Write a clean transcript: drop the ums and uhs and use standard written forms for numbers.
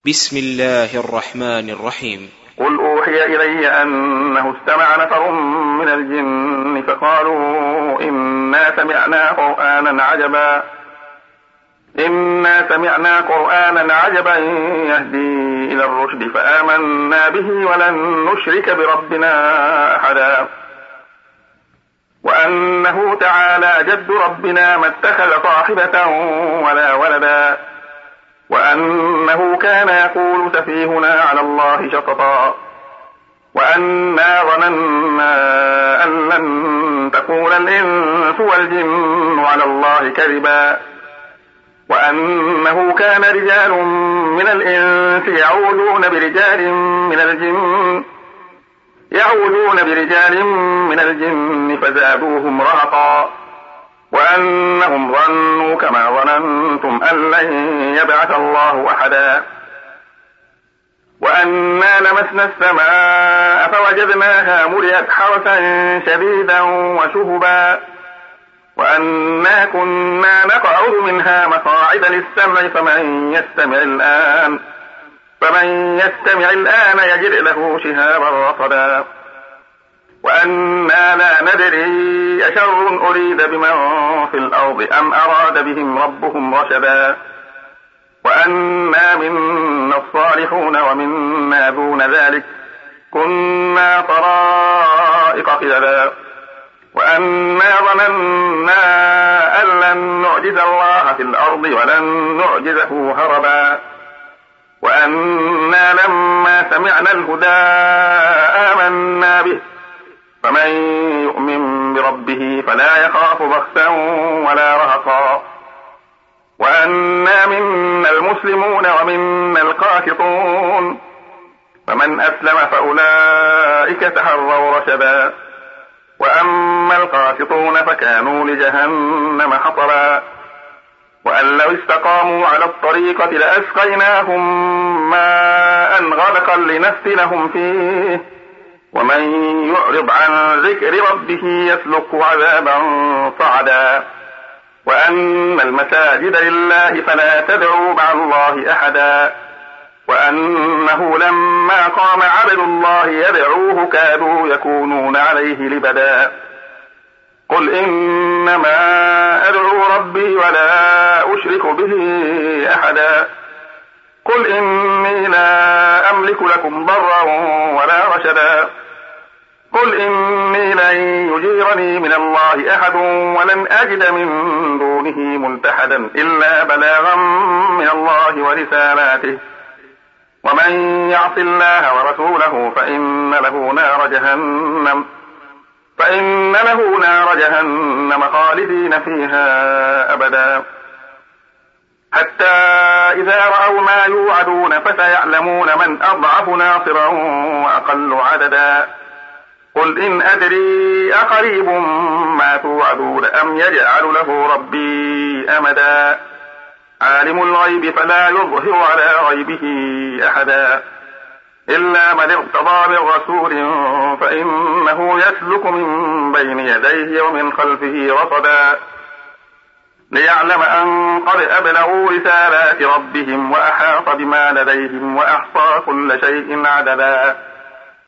بسم الله الرحمن الرحيم. قل أوحي إلي أنه استمع نفر من الجن فقالوا إنا سمعنا قرآنا عجبا يهدي إلى الرشد فآمنا به ولن نشرك بربنا أحدا وأنه تعالى جد ربنا ما اتخذ صاحبة ولا ولدا وأنه كان يقول سفيهنا على الله شططا وأنا ظننا أن لن تقول الإنس والجن على الله كذبا وأنه كان رجال من الإنس يعوذون برجال من الجن فزادوهم رهقا وأنهم ظنوا كما ظننتم أن لن يبعث الله أحدا وأنا لمسنا السماء فوجدناها ملئت حرسا شديدا وشهبا وأنا كنا نقعد منها مقاعد للسمع فمن يستمع الآن يجد له شهابا رصدا وأنا لا ندري أشر أريد بمن في الأرض أم أراد بهم ربهم رشدا وأنا منا الصالحون ومنا دون ذلك كنا طرائق قددا وأنا ظننا أن لن نعجز الله في الأرض ولن نعجزه هربا وأنا لما سمعنا الهدى آمنا به فمن يؤمن بربه فلا يخاف بخسا ولا رهقا وأنا منا المسلمون ومنا القاسطون فمن أسلم فأولئك تحروا رشدا وأما القاسطون فكانوا لجهنم حطبا وأن لو استقاموا على الطريقة لأسقيناهم ماء غدقا لنفتنهم فيه ومن يعرض عن ذكر ربه يسلكه عذابا صعدا وأن المساجد لله فلا تدعوا مع الله أحدا وأنه لما قام عبد الله يدعوه كادوا يكونون عليه لبدا قل إنما أدعو ربي ولا أشرك به أحدا قل إني لا أملك لكم ضرا ولا رشدا قل إني لن يجيرني من الله أحد ولن أجد من دونه ملتحدا إلا بلاغا من الله ورسالاته ومن يعص الله ورسوله فإن له نار جهنم خالدين فيها أبدا حتى إذا رأوا ما يوعدون فسيعلمون من أضعف ناصرا وأقل عددا قل إن أدري أقريب ما توعدون أم يجعل له ربي أمدا عالم الغيب فلا يظهر على غيبه أحدا إلا من ارتضى بالرسول فإنه يسلك من بين يديه ومن خلفه رصدا ليعلم أن قد أبلغوا رسالات ربهم وأحاط بما لديهم وأحصى كل شيء عددا